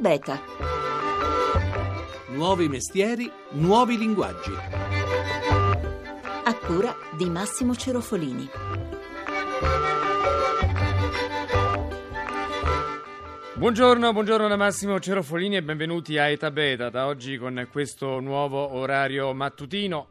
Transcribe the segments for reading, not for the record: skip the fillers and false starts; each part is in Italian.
Beta. Nuovi mestieri, nuovi linguaggi. A cura di Massimo Cerofolini. Buongiorno da Massimo Cerofolini e benvenuti a Eta Beta. Da oggi con questo nuovo orario mattutino,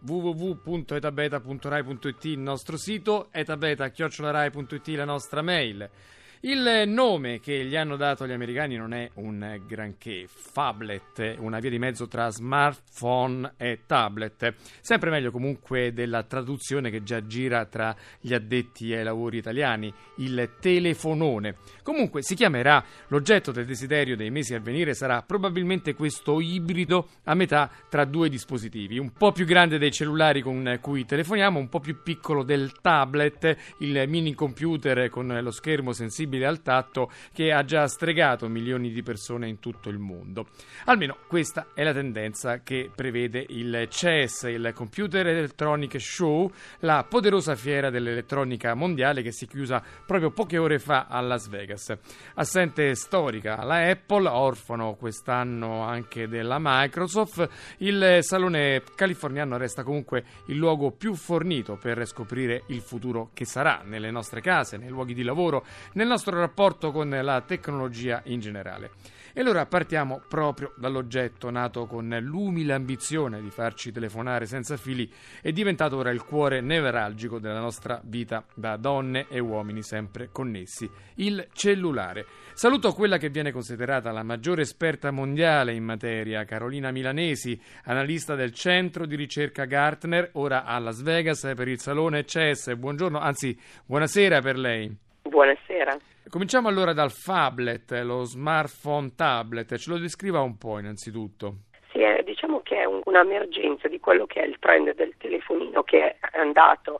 www.etabeta.rai.it il nostro sito, etabeta@rai.it la nostra mail. Il nome che gli hanno dato gli americani non è un granché, phablet, una via di mezzo tra smartphone e tablet. Sempre meglio comunque della traduzione che già gira tra gli addetti ai lavori italiani, il telefonone. Comunque si chiamerà, l'oggetto del desiderio dei mesi a venire sarà probabilmente questo ibrido a metà tra due dispositivi, un po' più grande dei cellulari con cui telefoniamo, un po' più piccolo del tablet, il mini computer con lo schermo sensibile al tatto che ha già stregato milioni di persone in tutto il mondo. Almeno questa è la tendenza che prevede il CES, il Computer Electronic Show, la poderosa fiera dell'elettronica mondiale che si è chiusa proprio poche ore fa a Las Vegas. Assente storica la Apple, orfano quest'anno anche della Microsoft, il salone californiano resta comunque il luogo più fornito per scoprire il futuro che sarà nelle nostre case, nei luoghi di lavoro, nel nostro rapporto con la tecnologia in generale. E allora partiamo proprio dall'oggetto nato con l'umile ambizione di farci telefonare senza fili, è diventato ora il cuore nevralgico della nostra vita da donne e uomini sempre connessi, il cellulare. Saluto quella che viene considerata la maggiore esperta mondiale in materia, Carolina Milanesi, analista del centro di ricerca Gartner, ora a Las Vegas per il salone CES. Buongiorno, anzi buonasera per lei. Buonasera. Cominciamo allora dal phablet, lo smartphone tablet. Ce lo descriva un po' innanzitutto. Sì, diciamo che è un'emergenza di quello che è il trend del telefonino, che è andato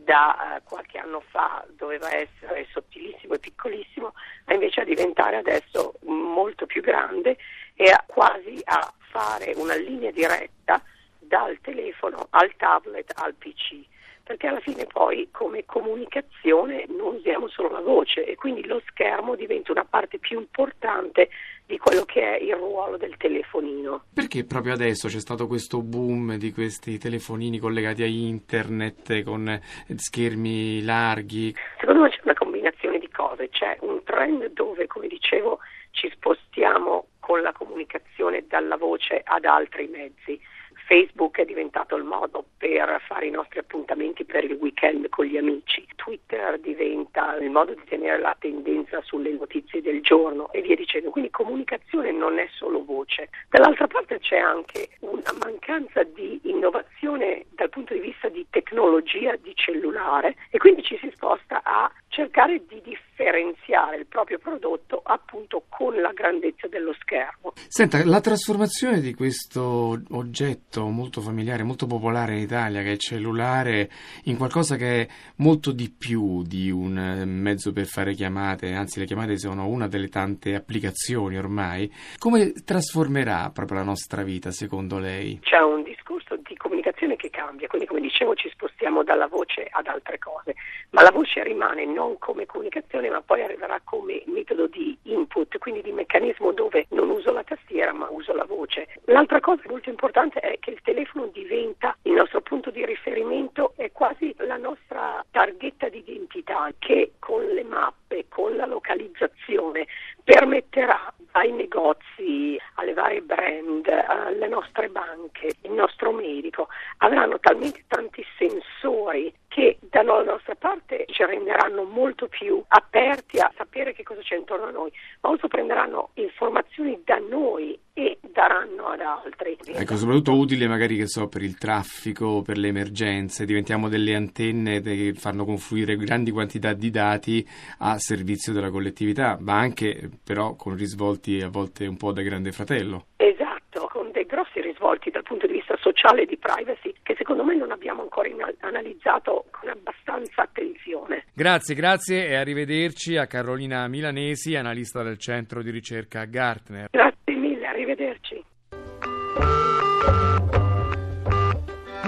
da qualche anno fa, doveva essere sottilissimo e piccolissimo, a invece diventare adesso molto più grande e quasi a fare una linea diretta dal telefono al tablet al PC. Perché alla fine poi come comunicazione non usiamo solo la voce e quindi lo schermo diventa una parte più importante di quello che è il ruolo del telefonino. Perché proprio adesso c'è stato questo boom di questi telefonini collegati a internet con schermi larghi? Secondo me c'è una combinazione di cose, c'è un trend dove, come dicevo, ci spostiamo con la comunicazione dalla voce ad altri mezzi. Facebook è diventato il modo per fare i nostri appuntamenti per il weekend con gli amici. Twitter diventa il modo di tenere la tendenza sulle notizie del giorno e via dicendo. Quindi comunicazione non è solo voce. Dall'altra parte c'è anche una mancanza di innovazione dal punto di vista di tecnologia di cellulare e quindi ci si sposta a cercare di differenziare il proprio prodotto appunto con la grandezza dello schermo. Senta, la trasformazione di questo oggetto molto familiare, molto popolare in Italia, che è il cellulare, in qualcosa che è molto di più di un mezzo per fare chiamate, anzi le chiamate sono una delle tante applicazioni ormai, come trasformerà proprio la nostra vita secondo lei? C'è un discorso di comunicazione che cambia, quindi come dicevo ci spostiamo dalla voce ad altre cose, ma la voce rimane non come comunicazione ma poi arriverà come metodo di input, quindi di meccanismo dove non uso la tastiera ma uso la voce. L'altra cosa molto importante è che il telefono diventa il nostro punto di riferimento, è quasi la nostra targhetta di identità che con le mappe, con la localizzazione permetterà ai negozi, alle varie brand, alle nostre banche, il nostro medico, avranno talmente tanti sensori che dalla nostra parte ci renderanno molto più aperti a sapere che cosa c'è intorno a noi, ma also prenderanno informazioni da noi e daranno ad altri. Ecco, soprattutto utile magari, che so, per il traffico, per le emergenze, diventiamo delle antenne che fanno confluire grandi quantità di dati a servizio della collettività, ma anche però con risvolti a volte un po' da Grande Fratello. Esatto, con dei grossi risvolti dal punto di vista sociale e di privacy che secondo me non abbiamo ancora analizzato con abbastanza attenzione. Grazie e arrivederci a Carolina Milanesi, analista del centro di ricerca Gartner. Grazie mille, arrivederci.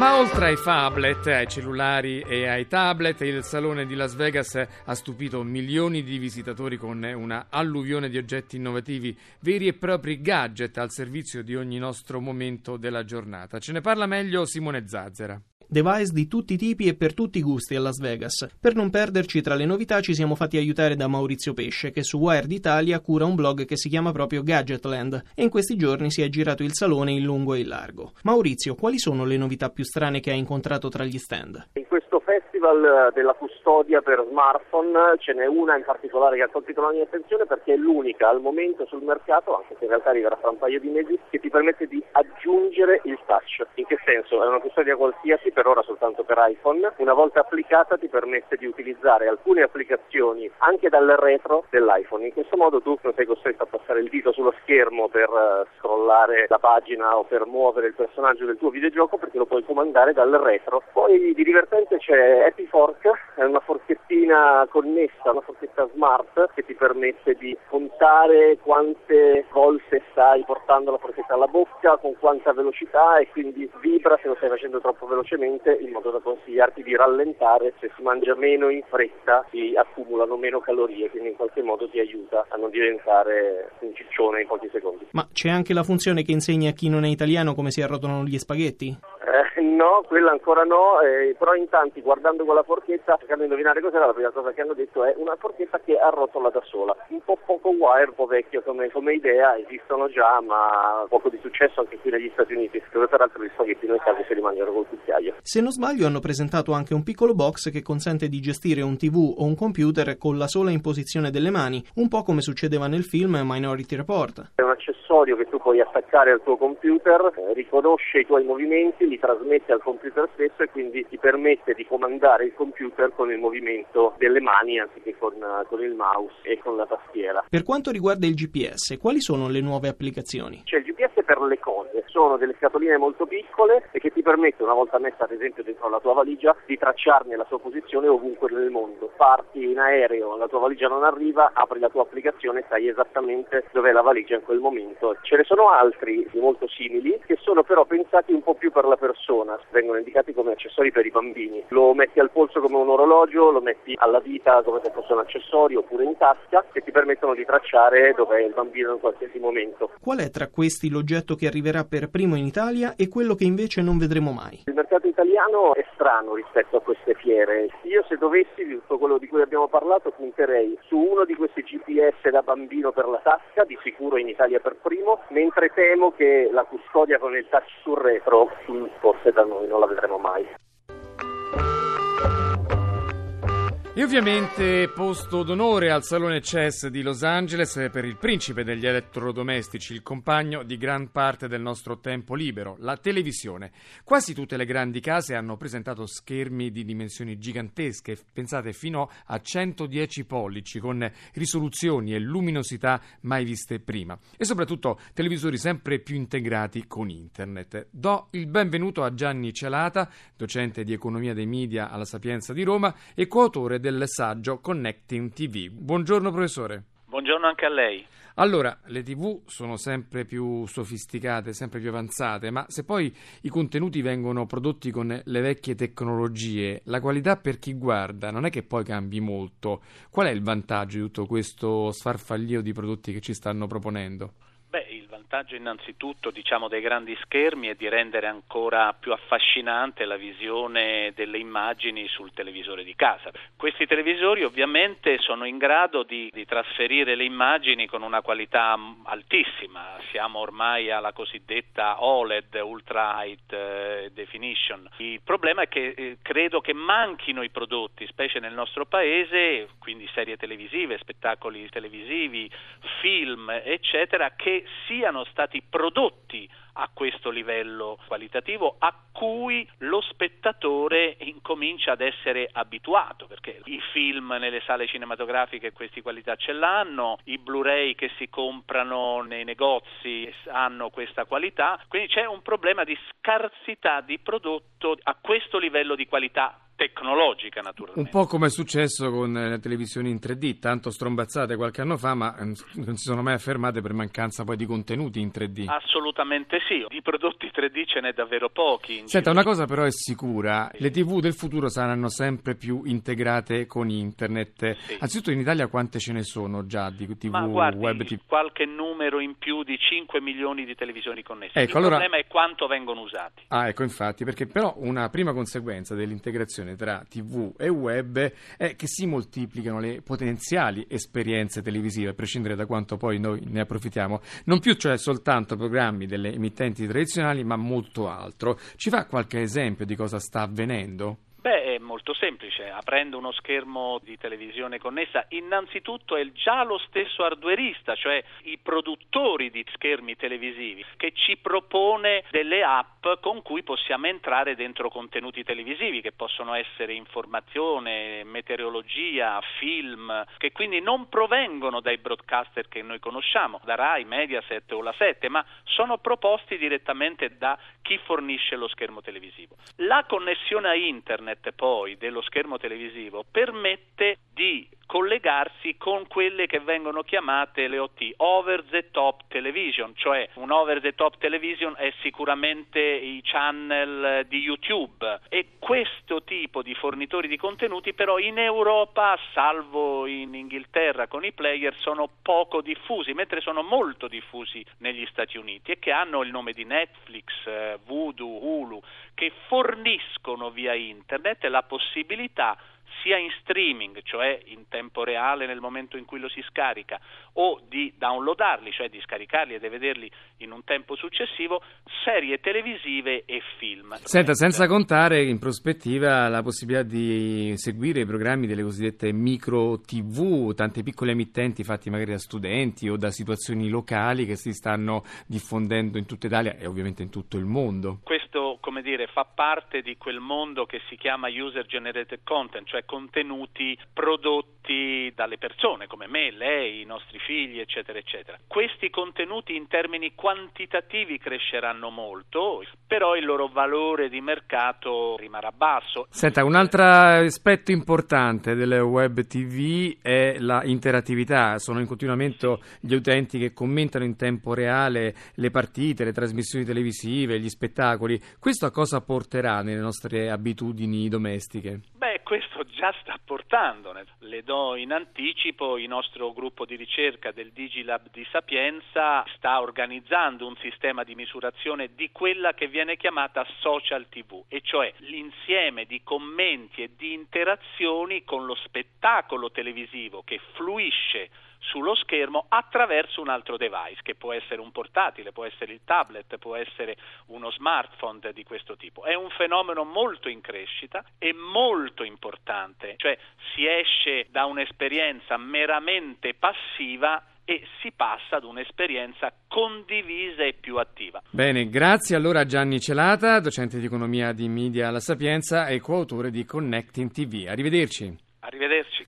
Ma oltre ai phablet, ai cellulari e ai tablet, il salone di Las Vegas ha stupito milioni di visitatori con una alluvione di oggetti innovativi, veri e propri gadget al servizio di ogni nostro momento della giornata. Ce ne parla meglio Simone Zazzera. Device di tutti i tipi e per tutti i gusti a Las Vegas. Per non perderci tra le novità ci siamo fatti aiutare da Maurizio Pesce, che su Wired Italia cura un blog che si chiama proprio Gadgetland e in questi giorni si è girato il salone in lungo e in largo. Maurizio, quali sono le novità più strane che hai incontrato tra gli stand? In questo festival della custodia per smartphone ce n'è una in particolare che ha colpito la mia attenzione perché è l'unica al momento sul mercato, anche se in realtà arriverà fra un paio di mesi, che ti permette di aggiungere il touch. In che senso? È una custodia qualsiasi, per ora soltanto per iPhone. Una volta applicata ti permette di utilizzare alcune applicazioni anche dal retro dell'iPhone. In questo modo tu non sei costretto a passare il dito sullo schermo per scrollare la pagina o per muovere il personaggio del tuo videogioco, perché lo puoi comandare dal retro. Poi di divertente c'è Happy Fork, è una forchettina connessa, una forchetta smart che ti permette di contare quante volte stai portando la forchetta alla bocca, con quanta velocità, e quindi vibra se lo stai facendo troppo velocemente, in modo da consigliarti di rallentare. Se si mangia meno in fretta si accumulano meno calorie, quindi in qualche modo ti aiuta a non diventare un ciccione in pochi secondi. Ma c'è anche la funzione che insegna a chi non è italiano come si arrotolano gli spaghetti? No, quella ancora no, però in tanti, guardando quella forchetta, cercando di indovinare cos'era, la prima cosa che hanno detto è una forchetta che arrotola da sola. Un po' poco wire, un po' vecchio come idea, esistono già, ma poco di successo anche qui negli Stati Uniti, dove peraltro gli spaghetti noi quasi se li mangiano col cucchiaio. Se non sbaglio hanno presentato anche un piccolo box che consente di gestire un TV o un computer con la sola imposizione delle mani, un po' come succedeva nel film Minority Report. È un accessorio che tu puoi attaccare al tuo computer, riconosce i tuoi movimenti, li trasmette al computer stesso e quindi ti permette di comandare il computer con il movimento delle mani anziché con il mouse e con la tastiera. Per quanto riguarda il GPS, quali sono le nuove applicazioni? C'è il GPS per le cose, sono delle scatoline molto piccole e che ti permettono, una volta messa ad esempio dentro la tua valigia, di tracciarne la sua posizione ovunque nel mondo. Parti in aereo, la tua valigia non arriva, apri la tua applicazione e sai esattamente dov'è la valigia in quel momento. Ce ne sono altri molto simili che sono però pensati un po' più per la persona, vengono indicati come accessori per i bambini. Lo metti al polso come un orologio, lo metti alla vita come se fosse un accessorio oppure in tasca, che ti permettono di tracciare dov'è il bambino in qualsiasi momento. Qual è tra questi l'oggetto che arriverà per primo in Italia e quello che invece non vedremo mai? Il mercato italiano è strano rispetto a queste fiere. Io, se dovessi, di tutto quello di cui abbiamo parlato, punterei su uno di questi GPS da bambino per la tasca, di sicuro in Italia per primo, mentre temo che la custodia con il touch sul retro forse da noi non la vedremo mai. E ovviamente posto d'onore al Salone CES di Los Angeles per il principe degli elettrodomestici, il compagno di gran parte del nostro tempo libero, la televisione. Quasi tutte le grandi case hanno presentato schermi di dimensioni gigantesche, pensate fino a 110 pollici, con risoluzioni e luminosità mai viste prima. E soprattutto televisori sempre più integrati con internet. Do il benvenuto a Gianni Celata, docente di economia dei media alla Sapienza di Roma e coautore del saggio Connecting TV. Buongiorno professore. Buongiorno anche a lei. Allora, le TV sono sempre più sofisticate, sempre più avanzate, ma se poi i contenuti vengono prodotti con le vecchie tecnologie, la qualità per chi guarda non è che poi cambi molto. Qual è il vantaggio di tutto questo sfarfallio di prodotti che ci stanno proponendo? Il vantaggio innanzitutto dei grandi schermi è di rendere ancora più affascinante la visione delle immagini sul televisore di casa. Questi televisori ovviamente sono in grado di trasferire le immagini con una qualità altissima, siamo ormai alla cosiddetta OLED, Ultra High Definition. Il problema è che credo che manchino i prodotti, specie nel nostro paese, quindi serie televisive, spettacoli televisivi, film, eccetera, che siano stati prodotti a questo livello qualitativo a cui lo spettatore incomincia ad essere abituato, perché i film nelle sale cinematografiche queste qualità ce l'hanno, i Blu-ray che si comprano nei negozi hanno questa qualità, quindi c'è un problema di scarsità di prodotto a questo livello di qualità tecnologica, naturalmente. Un po' come è successo con le televisioni in 3D, tanto strombazzate qualche anno fa, ma non si sono mai affermate per mancanza poi di contenuti in 3D. Assolutamente sì, di prodotti 3D ce n'è davvero pochi. Senta, una cosa però è sicura, le TV del futuro saranno sempre più integrate con internet. Sì. Anzitutto in Italia quante ce ne sono già di TV, Ma guardi, web TV? qualche numero in più di 5 milioni di televisioni connesse. Ecco, Il allora... problema è quanto vengono usati. Ah, ecco, infatti, perché però una prima conseguenza dell'integrazione tra TV e web è che si moltiplicano le potenziali esperienze televisive, a prescindere da quanto poi noi ne approfittiamo. Non più cioè soltanto programmi delle emittenti tradizionali, ma molto altro. Ci fa qualche esempio di cosa sta avvenendo? Beh, è molto semplice, aprendo uno schermo di televisione connessa, innanzitutto è già lo stesso hardwareista, cioè i produttori di schermi televisivi, che ci propone delle app con cui possiamo entrare dentro contenuti televisivi, che possono essere informazione, meteorologia, film, che quindi non provengono dai broadcaster che noi conosciamo, da Rai, Mediaset o La 7, ma sono proposti direttamente da chi fornisce lo schermo televisivo. La connessione a internet poi dello schermo televisivo permette di collegarsi con quelle che vengono chiamate le OT, over the top television, cioè un over the top television è sicuramente i channel di YouTube, e questo tipo di fornitori di contenuti però in Europa, salvo in Inghilterra con i player, sono poco diffusi, mentre sono molto diffusi negli Stati Uniti, e che hanno il nome di Netflix, Vudu, Hulu, che forniscono via internet la possibilità sia in streaming, cioè in tempo reale nel momento in cui lo si scarica, o di downloadarli, cioè di scaricarli e di vederli in un tempo successivo, serie televisive e film. Senta, senza contare in prospettiva la possibilità di seguire i programmi delle cosiddette micro TV, tante piccole emittenti fatti magari da studenti o da situazioni locali che si stanno diffondendo in tutta Italia e ovviamente in tutto il mondo. Questo, come dire, fa parte di quel mondo che si chiama user generated content, cioè contenuti prodotti dalle persone come me, lei, i nostri figli, eccetera, eccetera. Questi contenuti in termini quantitativi cresceranno molto, però il loro valore di mercato rimarrà basso. Senta, un altro aspetto importante delle web TV è la interattività. Sono in continuamento gli utenti che commentano in tempo reale le partite, le trasmissioni televisive, gli spettacoli. Questo a cosa porterà nelle nostre abitudini domestiche? Beh, questo già sta portando. Le do in anticipo, il nostro gruppo di ricerca del Digilab di Sapienza sta organizzando un sistema di misurazione di quella che viene chiamata social TV, e cioè l'insieme di commenti e di interazioni con lo spettacolo televisivo che fluisce sullo schermo attraverso un altro device, che può essere un portatile, può essere il tablet, può essere uno smartphone di questo tipo. È un fenomeno molto in crescita e molto importante, cioè si esce da un'esperienza meramente passiva e si passa ad un'esperienza condivisa e più attiva. Bene, grazie allora a Gianni Celata, docente di economia di Media alla Sapienza e coautore di Connecting TV. Arrivederci. Arrivederci.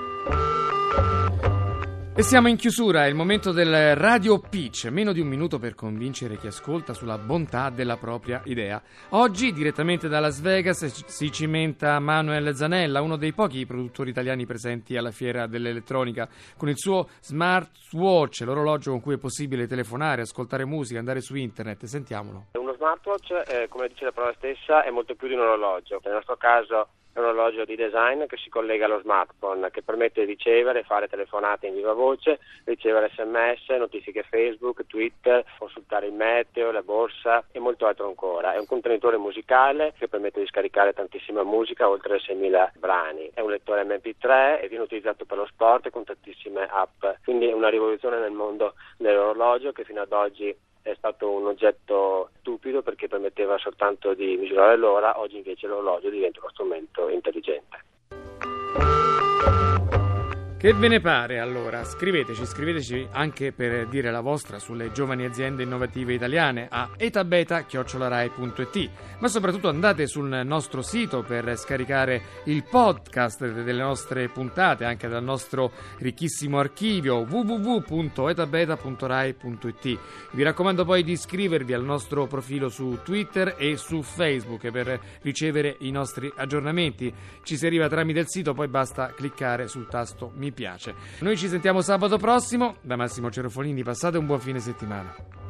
E siamo in chiusura, è il momento del Radio Pitch, meno di un minuto per convincere chi ascolta sulla bontà della propria idea. Oggi, direttamente da Las Vegas, si cimenta Manuel Zanella, uno dei pochi produttori italiani presenti alla fiera dell'elettronica, con il suo smartwatch, l'orologio con cui è possibile telefonare, ascoltare musica, andare su internet. Sentiamolo. Uno smartwatch, come dice la parola stessa, è molto più di un orologio. Nel nostro caso è un orologio di design che si collega allo smartphone, che permette di ricevere e fare telefonate in viva voce, ricevere SMS, notifiche Facebook, Twitter, consultare il meteo, la borsa e molto altro ancora. È un contenitore musicale che permette di scaricare tantissima musica, oltre 6.000 brani. È un lettore MP3 e viene utilizzato per lo sport con tantissime app. Quindi è una rivoluzione nel mondo dell'orologio che fino ad oggi è stato un oggetto stupido perché permetteva soltanto di misurare l'ora. Oggi invece l'orologio diventa uno strumento intelligente. Che ve ne pare allora? Scriveteci anche per dire la vostra sulle giovani aziende innovative italiane a etabeta@rai.it, ma soprattutto andate sul nostro sito per scaricare il podcast delle nostre puntate, anche dal nostro ricchissimo archivio www.etabeta.rai.it. Vi raccomando poi di iscrivervi al nostro profilo su Twitter e su Facebook per ricevere i nostri aggiornamenti. Ci si arriva tramite il sito, poi basta cliccare sul tasto mi piace. Noi ci sentiamo sabato prossimo. Da Massimo Cerofolini, passate un buon fine settimana.